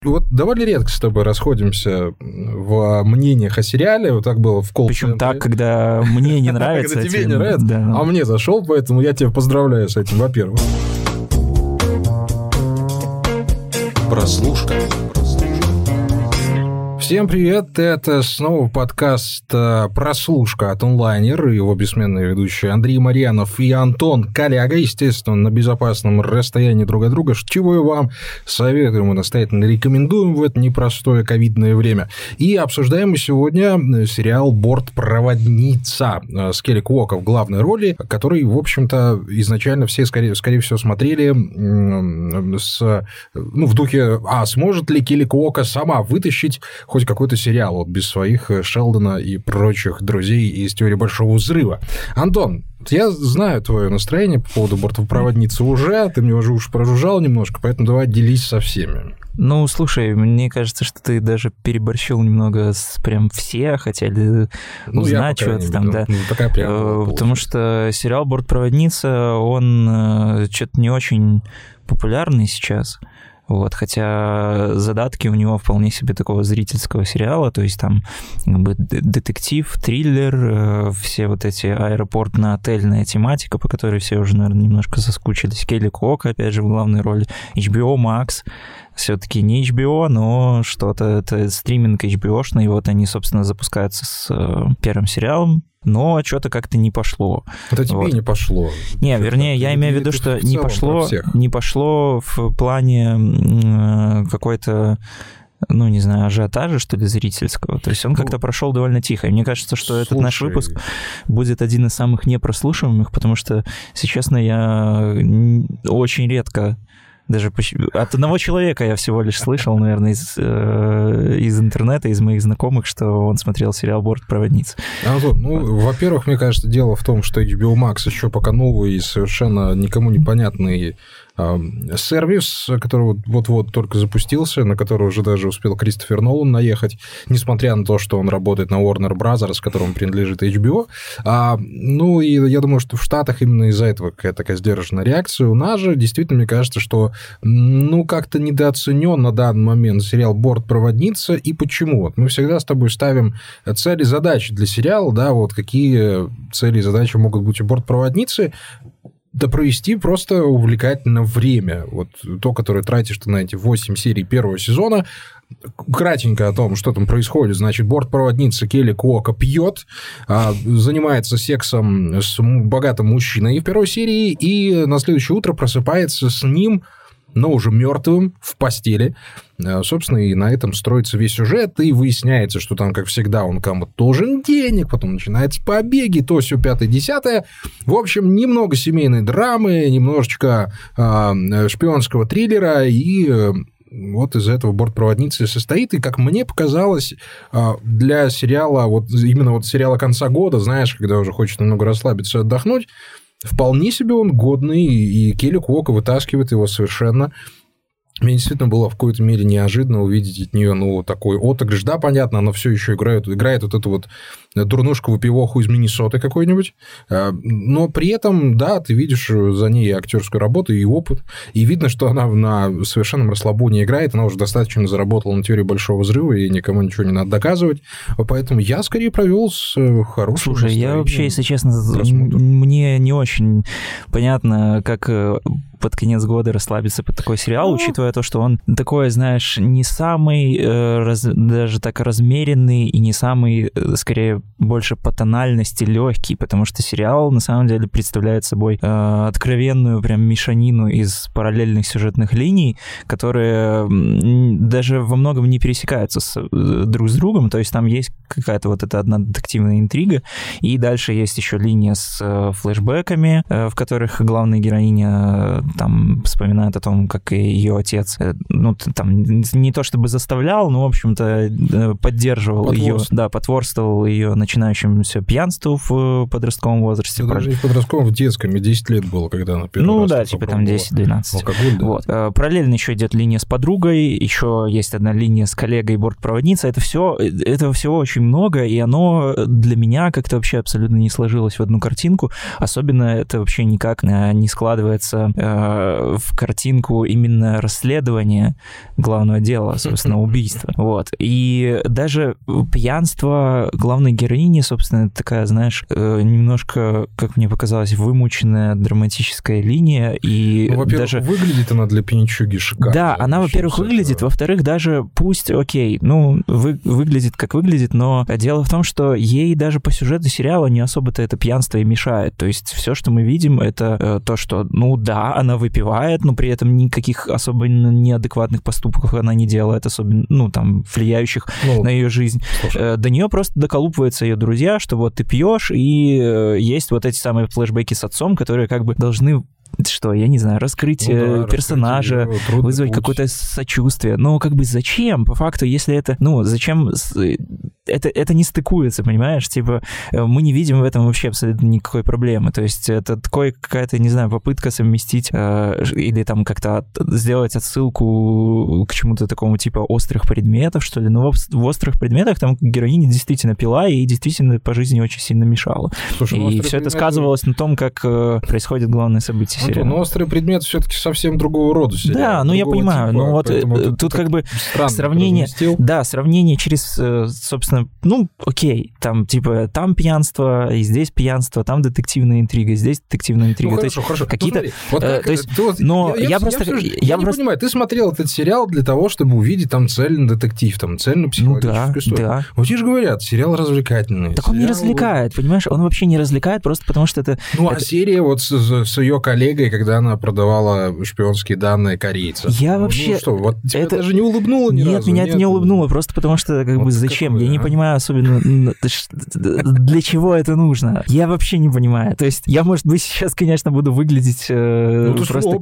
Вот довольно редко с тобой расходимся в мнениях о сериале. Вот так было в колл-центре. Причем так, когда мне не нравится. Когда тебе не нравится, а мне зашел, поэтому я тебя поздравляю с этим, во-первых. Прослушка. Всем привет, это снова подкаст «Прослушка» от онлайнер, его бессменные ведущие Андрей Марьянов и Антон Коляга, естественно, на безопасном расстоянии друг от друга, чего и вам советуем и настоятельно рекомендуем в это непростое ковидное время. И обсуждаем мы сегодня сериал «Бортпроводница» с Келли Куоко в главной роли, который, в общем-то, изначально все, скорее всего, смотрели в духе, сможет ли Келли Куоко сама вытащить хоть какой-то сериал вот без своих Шелдона и прочих друзей из «Теории большого взрыва». Антон, я знаю твое настроение по поводу «Бортпроводницы» уже, ты мне уже прожужжал немножко, поэтому давай делись со всеми. Ну, слушай, мне кажется, что ты даже переборщил немного с прям все, хотели узнать что-то там, да. Такая прям потому что сериал «Бортпроводница», он что-то не очень популярный сейчас. Вот, хотя задатки у него вполне себе такого зрительского сериала, то есть там как бы детектив, триллер, все вот эти аэропортно-отельная тематика, по которой все уже, наверное, немножко соскучились. Келли Куоко, опять же, в главной роли. HBO Max, все-таки не HBO, но что-то, это стриминг HBO-шный, и вот они, собственно, запускаются с первым сериалом. Но что-то как-то не пошло. Это тебе и не пошло. Не, вернее, я имею в виду, что не пошло в плане какой-то, не знаю, ажиотажа, что ли, зрительского. То есть он как-то прошел довольно тихо. И мне кажется, что этот наш выпуск будет один из самых непрослушиваемых, потому что, если честно, я очень редко... Даже от одного человека я всего лишь слышал, наверное, из интернета, из моих знакомых, что он смотрел сериал «Бортпроводница». Антон, во-первых, мне кажется, дело в том, что HBO Max еще пока новый и совершенно никому непонятный сервис, который вот-вот только запустился, на который уже даже успел Кристофер Нолан наехать, несмотря на то, что он работает на Warner Bros., которому принадлежит HBO. И я думаю, что в Штатах именно из-за этого какая-то такая сдержанная реакция. У нас же действительно, мне кажется, что как-то недооценен на данный момент сериал «Бортпроводница». И почему? Вот мы всегда с тобой ставим цели и задачи для сериала, да, вот какие цели и задачи могут быть у «Бортпроводницы». Да провести просто увлекательное время. Вот то, которое тратишь ты на эти 8 серий первого сезона. Кратенько о том, что там происходит. Значит, бортпроводница Келли Куоко пьет, занимается сексом с богатым мужчиной в первой серии, и на следующее утро просыпается с ним, но уже мертвым в постели. Собственно, и на этом строится весь сюжет, и выясняется, что там, как всегда, он кому-то должен денег, потом начинаются побеги, то сё, 5-10. В общем, немного семейной драмы, немножечко шпионского триллера, и вот из этого «Бортпроводница» состоит. И, как мне показалось, для сериала, именно сериала конца года, знаешь, когда уже хочется немного расслабиться и отдохнуть, вполне себе он годный, и Келли Куоко вытаскивает его совершенно. Мне действительно было в какой-то мере неожиданно увидеть от нее, такой отыгрыш. Да, понятно, она все еще играет вот эту вот дурнушку-выпивоху из Миннесоты какой-нибудь, но при этом, да, ты видишь за ней актерскую работу и опыт, и видно, что она на совершенном расслабоне играет, она уже достаточно заработала на «Теории большого взрыва», и никому ничего не надо доказывать, поэтому я скорее провел с хорошим настроением. Слушай, я вообще, если честно, мне не очень понятно, как под конец года расслабиться под такой сериал, учитывая то, что он такой, знаешь, не самый даже так размеренный и не самый, скорее, больше по тональности легкий, потому что сериал на самом деле представляет собой откровенную прям мешанину из параллельных сюжетных линий, которые даже во многом не пересекаются друг с другом, то есть там есть какая-то вот эта одна детективная интрига, и дальше есть еще линия с флешбэками, в которых главная героиня там вспоминает о том, как ее отец, там не то чтобы заставлял, но, в общем-то, поддерживал ее, потворствовал ее начинающемуся пьянству в подростковом возрасте. Даже не в подростковом, в детском, 10 лет было, когда она первый раз типа там 10-12. Алкоголь, да. Вот. Параллельно еще идет линия с подругой, еще есть одна линия с коллегой бортпроводница. Этого всего очень много, и оно для меня как-то вообще абсолютно не сложилось в одну картинку. Особенно это вообще никак не складывается в картинку именно расследования главного дела, собственно, убийства. Вот. И даже пьянство главной героини, собственно, такая, знаешь, немножко, как мне показалось, вымученная драматическая линия. И во-первых, даже... выглядит она для пьянчуги шикарно. Да, она, во-первых, выглядит, во-вторых, даже пусть, окей, выглядит как выглядит, но дело в том, что ей даже по сюжету сериала не особо-то это пьянство и мешает. То есть все, что мы видим, это то, что, она выпивает, но при этом никаких особо неадекватных поступков она не делает, особенно, влияющих на ее жизнь. Слушай. До нее просто доколупываются ее друзья, что вот ты пьешь, и есть вот эти самые флешбеки с отцом, которые как бы должны... Что, я не знаю, раскрыть персонажа, вызвать какое-то сочувствие. Но как бы зачем? По факту, если это... зачем... Это не стыкуется, понимаешь? Типа, мы не видим в этом вообще абсолютно никакой проблемы. То есть это какая-то, не знаю, попытка совместить или там как-то сделать отсылку к чему-то такому типа острых предметов, что ли. Но в острых предметах там героиня действительно пила и действительно по жизни очень сильно мешала. Слушай, и все это сказывалось на том, как происходит главное событие. Но острый предмет все-таки совсем другого рода сериал. Да, я понимаю. Но вот тут как бы сравнение... Да, сравнение через, собственно, окей, там типа там пьянство, и здесь пьянство, там детективная интрига, здесь детективная интрига. Хорошо. Какие-то... Я не понимаю, ты смотрел этот сериал для того, чтобы увидеть там цельный детектив, там цельно-психологическую историю. Да. Вот тебе же говорят, сериал развлекательный. Так он не развлекает, понимаешь? Он вообще не развлекает, просто потому что это... А серия вот с ее коллегой, когда она продавала шпионские данные корейцам. Я вообще... Тебя даже не улыбнуло ни разу? Нет, меня это не улыбнуло, просто потому что зачем? Я не понимаю особенно, для чего это нужно. Я вообще не понимаю. То есть я, может быть, сейчас, конечно, буду выглядеть просто...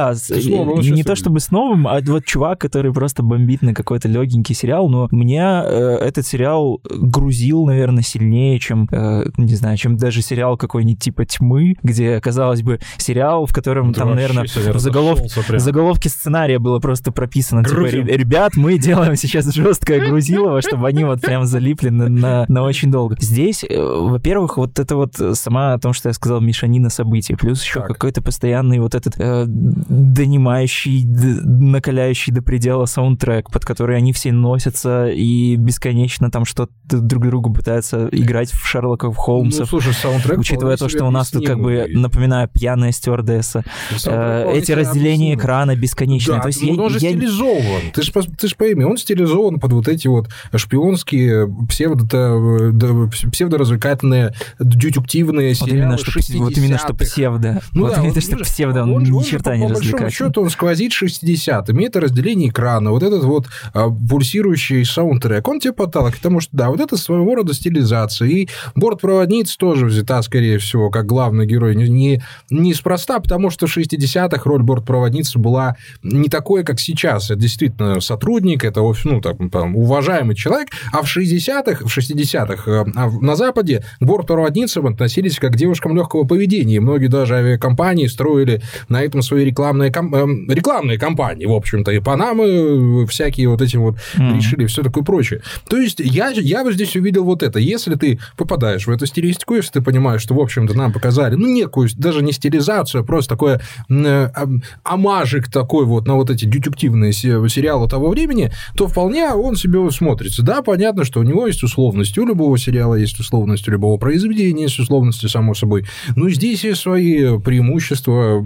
Не то чтобы с новым, а вот чувак, который просто бомбит на какой-то легенький сериал, но меня этот сериал грузил, наверное, сильнее, чем, не знаю, чем даже сериал какой-нибудь типа «Тьмы», где, казалось бы, сериал, в котором там, наверное, в заголовке сценария было просто прописано, типа, ребят, мы делаем сейчас жесткое грузилово, чтобы они вот прям залипли на очень долго. Здесь, во-первых, вот это вот сама о том, что я сказал, мешанина событий, плюс еще какой-то постоянный вот этот донимающий, накаляющий до предела саундтрек, под который они все носятся и бесконечно там что-то друг другу пытаются играть в Шерлоков Холмсов. Слушай, саундтрек, учитывая то, что у нас тут, как бы, напоминаю, пьяная стюардесса. Эти разделения экрана бесконечные. Да, то есть он же стилизован. Ты ж пойми, он стилизован под вот эти вот шпионские псевдоразвлекательные детективные сериалы 60-х. Вот именно что псевдо. Псевдо, он ни черта не развлекательный. По большому счету он сквозит 60-ми. Это разделение экрана, вот этот вот пульсирующий саундтрек, он тебе подталкивает, потому что, да, вот это своего рода стилизация. И бортпроводница тоже взята, скорее всего, как главный герой. Неспроста, потому что в 60-х роль бортпроводницы была не такой, как сейчас. Это действительно сотрудник, это уважаемый человек, а в 60-х на Западе к бортпроводницам относились как к девушкам легкого поведения. Многие даже авиакомпании строили на этом свои рекламные кампании, в общем-то, и Панамы всякие вот эти вот решили, все такое прочее. То есть я вот здесь увидел вот это. Если ты попадаешь в эту стилистику, если ты понимаешь, что, в общем-то, нам показали, некую, даже не стилизацию, а просто такое омажик такой вот на вот эти детективные сериалы того времени, то вполне он себе смотрится. Да, понятно, что у него есть условность, у любого сериала есть условность, у любого произведения есть условности, само собой. Но здесь есть свои преимущества.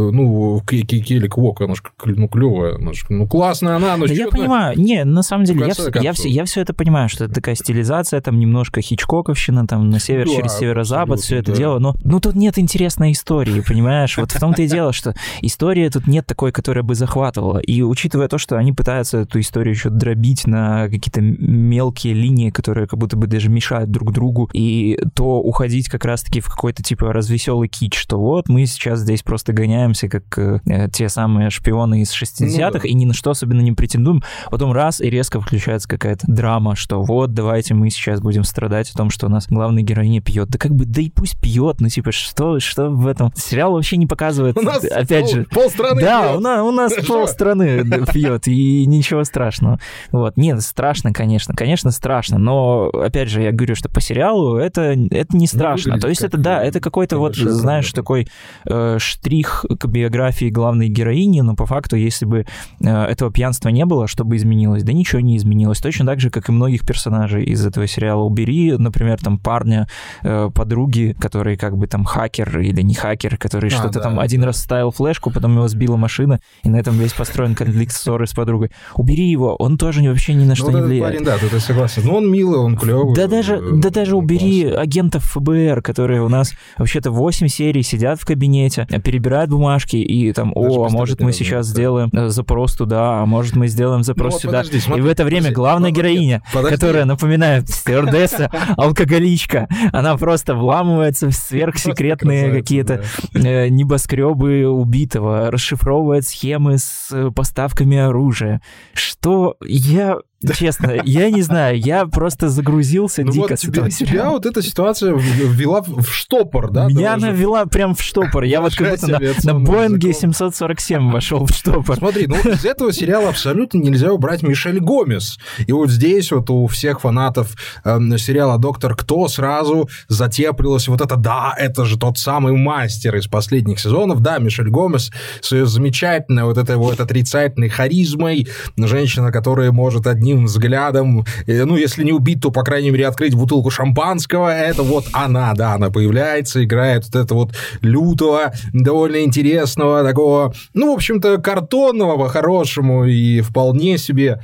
Келли Квок, она же клевая, классная она, но я понимаю. Не, на самом деле, я все это понимаю, что это такая стилизация, там немножко хичкоковщина, там на север через северо-запад, все это дело, но тут нет интересной истории, понимаешь? Вот в том-то и дело, что история тут нет такой, которая бы захватывала. И учитывая то, что они пытаются эту историю еще дробить на какие-то мелкие линии, которые как будто бы даже мешают друг другу, и то уходить как раз-таки в какой-то типа развеселый кич, что вот мы сейчас здесь просто гоняемся, как те самые шпионы из 60-х, и ни на что особенно не претендуем. Потом раз, и резко включается какая-то драма, что вот, давайте мы сейчас будем страдать о том, что у нас главная героиня пьет. Да как бы, да и пусть пьет, что в этом? Сериал вообще не показывает показывает, опять же... Полстраны да, у нас полстраны пьет, и ничего страшного. Вот. Нет, страшно, конечно, страшно, но, опять же, я говорю, что по сериалу это не страшно. То есть это, да, это какой-то вот, знаешь, такой штрих к биографии главной героини, но по факту, если бы этого пьянства не было, что бы изменилось? Да ничего не изменилось. Точно так же, как и многих персонажей из этого сериала. Убери, например, там парня, подруги, который как бы там хакер или не хакер, который что-то там один раз ставил флешку, потом его сбила машина, и на этом весь построен конфликт, ссоры с подругой. Убери его, он тоже вообще ни на что не влияет. Парень, да, тут я согласен. Но он милый, он клевый. Да даже убери агентов ФБР, которые у нас вообще-то 8 серий сидят в кабинете, перебирают бумажки и там, а может мы сейчас сделаем запрос туда, а может мы сделаем запрос сюда. И в это время главная героиня, которая напоминает стюардесса, алкоголичка, она просто вламывается в сверхсекретные какие-то небоскребы убитого, расшифровывает схемы с поставками оружия. Что честно, я не знаю, я просто загрузился дико с этого сериала. Тебя вот эта ситуация ввела в штопор, да? Меня она ввела прям в штопор. Я вот как будто на Боинге 747 вошел в штопор. Смотри, из этого сериала абсолютно нельзя убрать Мишель Гомес. И вот здесь вот у всех фанатов сериала «Доктор Кто» сразу затеплилось вот это же тот самый мастер из последних сезонов. Да, Мишель Гомес с ее замечательной вот этой вот отрицательной харизмой, женщина, которая может одним взглядом, если не убить, то, по крайней мере, открыть бутылку шампанского, это вот она появляется, играет вот это вот лютого, довольно интересного, такого, в общем-то, картонного по-хорошему и вполне себе,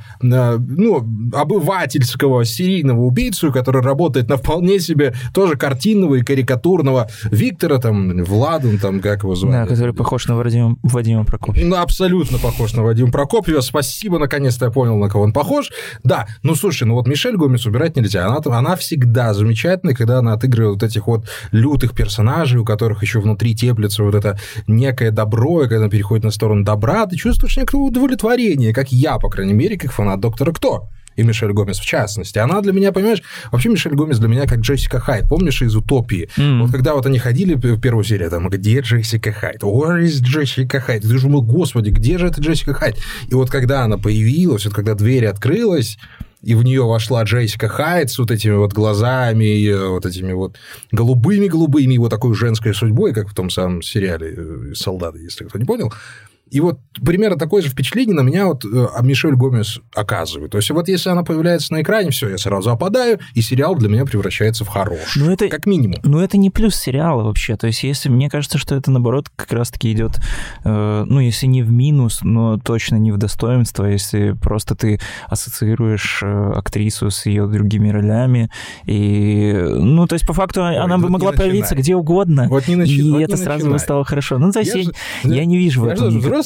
обывательского серийного убийцу, который работает на вполне себе тоже картинного и карикатурного Виктора, Владу, как его звать? Да, который похож на Вадима Прокопьева. Абсолютно похож на Вадима Прокопьева. Спасибо, наконец-то я понял, на кого он похож. Да, слушай, Мишель Гомес убирать нельзя. Она всегда замечательная, когда она отыгрывает вот этих вот лютых персонажей, у которых еще внутри теплится вот это некое добро, и когда она переходит на сторону добра, ты чувствуешь некое удовлетворение, как я, по крайней мере, как фанат «Доктора Кто». И Мишель Гомес в частности. Она для меня, понимаешь, вообще Мишель Гомес для меня как Джессика Хайд. Помнишь из «Утопии»? Вот когда вот они ходили в первую серию, где Джессика Хайд? Where is Джессика Хайд? Ты же думал, господи, где же эта Джессика Хайд? И вот когда она появилась, вот когда дверь открылась, и в нее вошла Джессика Хайд с вот этими вот глазами, и вот этими вот голубыми, вот такой женской судьбой, как в том самом сериале «Солдаты», если кто не понял. И вот примерно такое же впечатление на меня Мишель Гомес оказывает. То есть вот если она появляется на экране, все, я сразу опадаю, и сериал для меня превращается в хороший. Как минимум. Это не плюс сериала вообще. То есть если мне кажется, что это, наоборот, как раз-таки идет, если не в минус, но точно не в достоинство, если просто ты ассоциируешь актрису с ее другими ролями. И, то есть по факту она бы могла появиться где угодно, и это сразу бы стало хорошо. То есть я не вижу в этом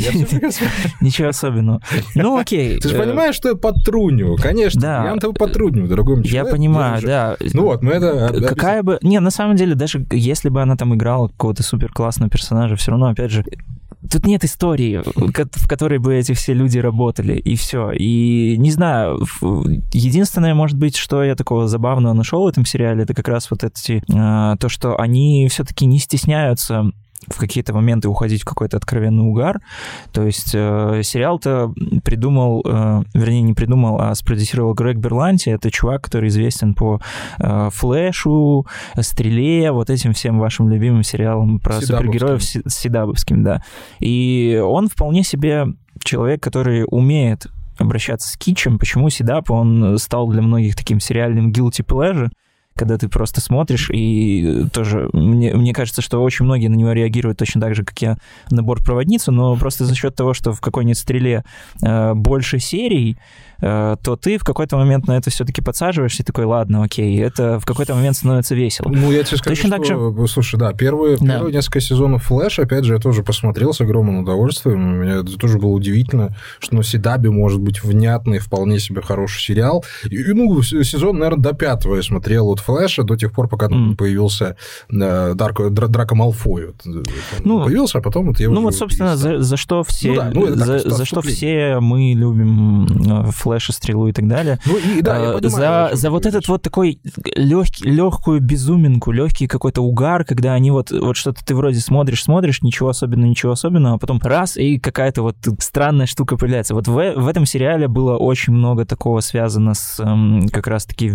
ничего особенного. Окей. Ты же понимаешь, что я подтруниваю, конечно. Да. Я подтруниваю другому человеку. Я понимаю, да. Это... Какая бы... на самом деле, даже если бы она там играла какого-то суперклассного персонажа, все равно, опять же, тут нет истории, в которой бы эти все люди работали, и все. И не знаю, единственное, может быть, что я такого забавного нашел в этом сериале, это как раз вот то, что они все-таки не стесняются в какие-то моменты уходить в какой-то откровенный угар. То есть сериал-то придумал, вернее, не придумал, а спродюсировал Грег Берланти. Это чувак, который известен по Флэшу, Стреле, вот этим всем вашим любимым сериалам про супергероев седабовским, да. И он вполне себе человек, который умеет обращаться с китчем. Почему Седап? Он стал для многих таким сериальным guilty pleasure, когда ты просто смотришь, и тоже мне кажется, что очень многие на него реагируют точно так же, как я на «Бортпроводницу», но просто за счет того, что в какой-нибудь «Стреле» больше серий, то ты в какой-то момент на это все-таки подсаживаешься и такой, ладно, окей, это в какой-то момент становится весело. Я тебе скажу, точно так же... Слушай, да, первые несколько сезонов «Флэш», опять же, я тоже посмотрел с огромным удовольствием, у меня это тоже было удивительно, что на Седабе может быть внятный, вполне себе хороший сериал. Сезон, наверное, до 5-го я смотрел вот Флэша до тех пор, пока не появился Драко Малфой. Появился, а потом вот я уже... Ну, вот, собственно, за что все... за что все мы любим Флэша, Стрелу и так далее. Ну, и, да, я понимаю, за вот этот вот такой легкую безуминку, легкий какой-то угар, когда они вот что-то ты вроде смотришь, ничего особенного, а потом раз, и какая-то вот странная штука появляется. Вот в этом сериале было очень много такого связано с как раз-таки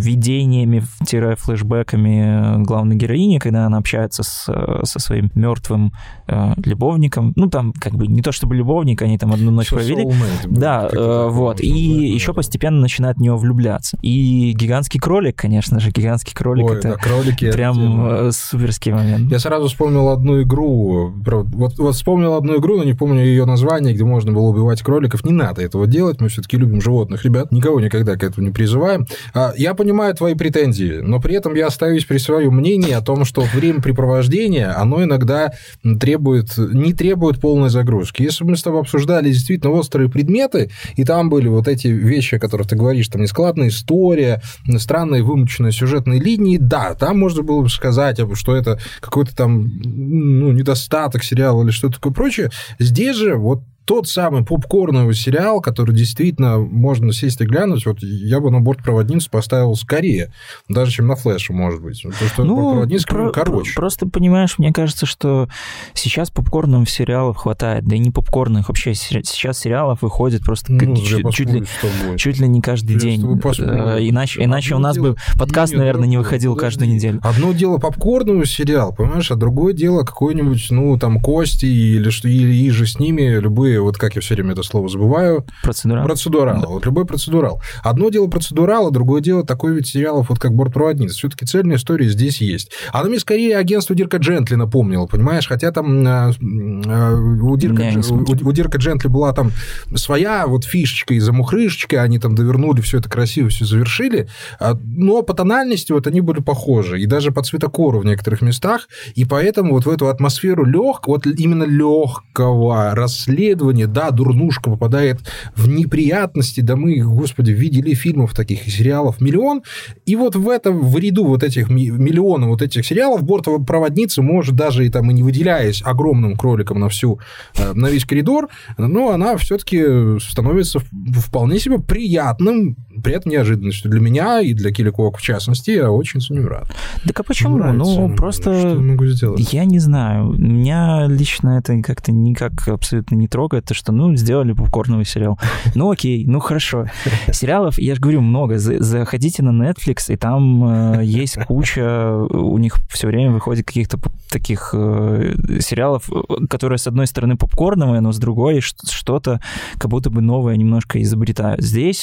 видениями-флешбэками главной героини, когда она общается со своим мертвым любовником. Ну, там как бы не то чтобы любовник, они там одну ночь провели. Да, вот. И еще постепенно начинает в него влюбляться. И гигантский кролик, конечно же, это кролики, прям суперский момент. Я сразу вспомнил одну игру, вот вспомнил одну игру, но не помню ее название, где можно было убивать кроликов. Не надо этого делать, мы все-таки любим животных, ребят, никого никогда к этому не призываем. Я понимаю твои претензии, но при этом я остаюсь при своем мнении о том, что времяпрепровождение, оно иногда не требует полной загрузки. Если мы с тобой обсуждали действительно острые предметы, и там были вот эти вещи, о которых ты говоришь, там нескладная история, странные вымученные сюжетные линии, да, там можно было бы сказать, что это какой-то там недостаток сериала или что-то такое прочее. Здесь же вот тот самый попкорновый сериал, который действительно можно сесть и глянуть, вот я бы на «Бортпроводницу» поставил скорее, даже чем на «Флэше», может быть. Потому что «Бортпроводница» короче. Просто, понимаешь, мне кажется, что сейчас попкорных сериалов хватает, да и не попкорных, вообще сейчас сериалов выходит просто чуть ли не каждый день. Иначе у нас бы подкаст, наверное, не выходил каждую неделю. Одно дело попкорновый сериал, понимаешь, а другое дело какой-нибудь, «Кости» или же с ними любые, вот как я все время это слово забываю. Процедурал. Да. Вот любой процедурал. Одно дело процедурал, а другое дело такой вид сериалов, вот как «Бортпроводница». Все-таки цельная история здесь есть. Она мне скорее агентство Дирка Джентли напомнила, понимаешь? Хотя там у Дирка Джентли была там своя вот фишечка и замухрышечка, они там довернули все это красиво, все завершили, но по тональности вот они были похожи, и даже по цветокору в некоторых местах, и поэтому вот в эту атмосферу именно легкого расследования, да, дурнушка попадает в неприятности, да мы, господи, видели фильмов таких и сериалов миллион, и вот в ряду вот этих миллионов вот этих сериалов «Бортпроводница» может даже и там и не выделяясь огромным кроликом на весь коридор, но она все-таки становится вполне себе приятной неожиданностью для меня и для Киликок в частности. Я очень с ним рад. Так а почему? Просто... Что я могу сделать? Я не знаю. Меня лично это как-то никак абсолютно не трогает, то что, сделали попкорновый сериал. Окей, хорошо. Сериалов, я же говорю, много. Заходите на Netflix, и там есть куча, у них все время выходит каких-то таких сериалов, которые, с одной стороны, попкорновые, но с другой что-то как будто бы новое немножко изобретают. Здесь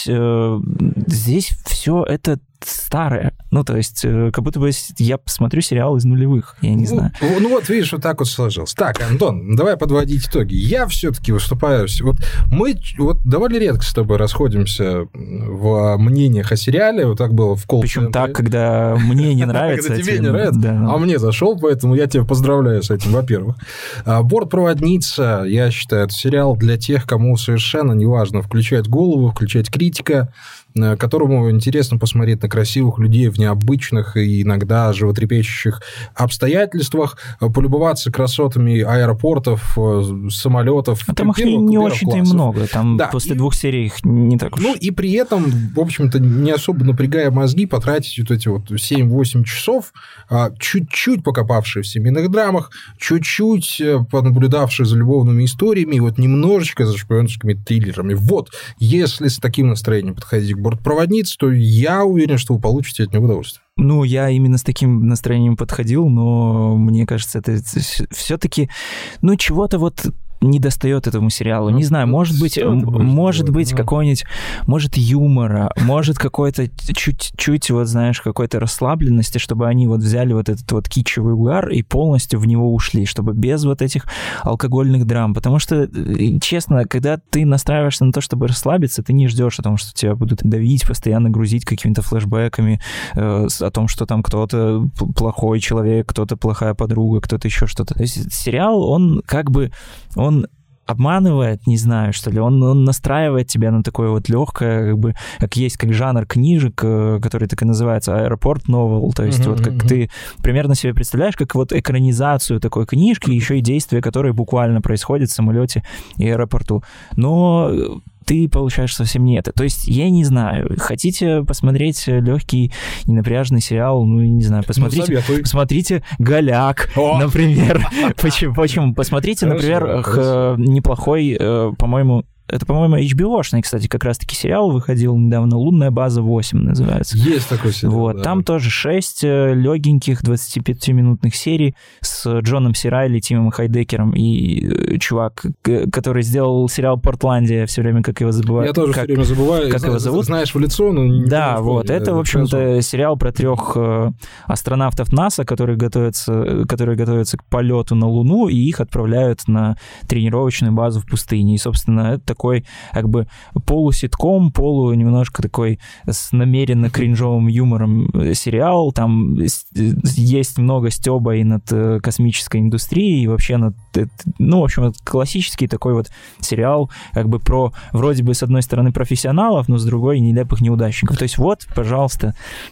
все это старое. То есть, как будто бы я посмотрю сериал из нулевых, я не знаю. Вот, видишь, вот так вот сложилось. Так, Антон, давай подводить итоги. Я все-таки выступаю... Мы довольно редко с тобой расходимся в мнениях о сериале, вот так было в колл-центре. Причем так, когда мне не нравится. Когда тебе не нравится, а мне зашел, поэтому я тебя поздравляю с этим, во-первых. «Бортпроводница», я считаю, это сериал для тех, кому совершенно неважно включать голову, включать критика, которому интересно посмотреть на красивых людей в необычных и иногда животрепещущих обстоятельствах, полюбоваться красотами аэропортов, самолетов. А там их не очень-то и много. Там после 2 серий их не так уж. И при этом, в общем-то, не особо напрягая мозги, потратить вот эти 7-8 часов, чуть-чуть покопавшие в семейных драмах, чуть-чуть понаблюдавшие за любовными историями, и немножечко за шпионскими триллерами. Если с таким настроением подходить к «Бортпроводнице», то я уверен, что вы получите от него удовольствие. Я именно с таким настроением подходил, но мне кажется, это все-таки, чего-то не достает этому сериалу. Не знаю, может быть какой-нибудь, может, юмора, может, какой-то чуть-чуть, какой-то расслабленности, чтобы они взяли этот кичевый угар и полностью в него ушли, чтобы без этих алкогольных драм. Потому что, честно, когда ты настраиваешься на то, чтобы расслабиться, ты не ждешь о том, что тебя будут давить, постоянно грузить какими-то флешбэками, о том, что там кто-то плохой человек, кто-то плохая подруга, кто-то еще что-то. То есть сериал, он обманывает, не знаю, что ли, он настраивает тебя на такое вот легкое, как бы, как жанр книжек, который так и называется, аэропорт новелл, то есть вот как ты примерно себе представляешь, как вот экранизацию такой книжки, еще и действия, которые буквально происходят в самолете и аэропорту. Но ты получаешь совсем не это. То есть, я не знаю, хотите посмотреть легкий, ненапряжный сериал, ну, не знаю, посмотрите «Голяк», например. Почему? Посмотрите, например, неплохой, по-моему, это, по-моему, HBO-шный, кстати, как раз-таки сериал выходил недавно, «Лунная база 8» называется. Есть такой сериал, вот, да. Там тоже 6 легеньких 25-минутных серий с Джоном Си Райли, Тимом Хайдекером и чувак, который сделал сериал «Портландия», я все время как его забываю. Я тоже все время забываю. Как его зовут? Знаешь в лицо, но не да, вот, это, в общем-то, сериал про 3 астронавтов НАСА, которые готовятся к полету на Луну, и их отправляют на тренировочную базу в пустыне. И, собственно, это такой как бы полуситком, немножко такой с намеренно кринжовым юмором сериал. Там есть много стёба и над космической индустрией, и вообще над... Ну, в общем, это классический такой вот сериал, как бы про, вроде бы, с одной стороны, профессионалов, но с другой нелепых неудачников. То есть вот, пожалуйста,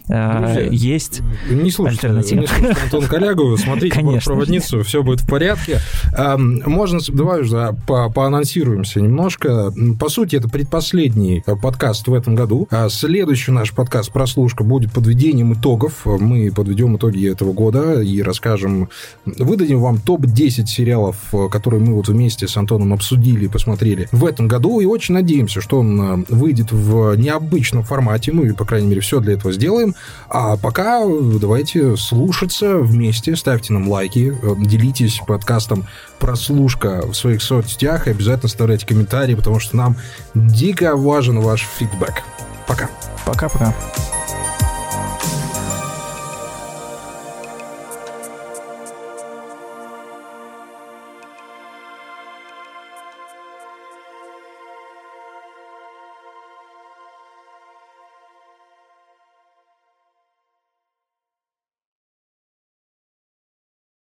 есть альтернатива. Не слушайте Антона Коллягу, смотрите «Проводницу», все будет в порядке. Можно, давай уже поанонсируемся немножко. По сути, это предпоследний подкаст в этом году. Следующий наш подкаст «Прослушка» будет подведением итогов. Мы подведем итоги этого года и расскажем, выдадим вам топ-10 сериалов, которые мы вот вместе с Антоном обсудили и посмотрели в этом году. И очень надеемся, что он выйдет в необычном формате. Мы, по крайней мере, все для этого сделаем. А пока давайте слушаться вместе. Ставьте нам лайки, делитесь подкастом «Прослушка» в своих соцсетях и обязательно оставляйте комментарии, потому что нам дико важен ваш фидбэк. Пока. Пока-пока.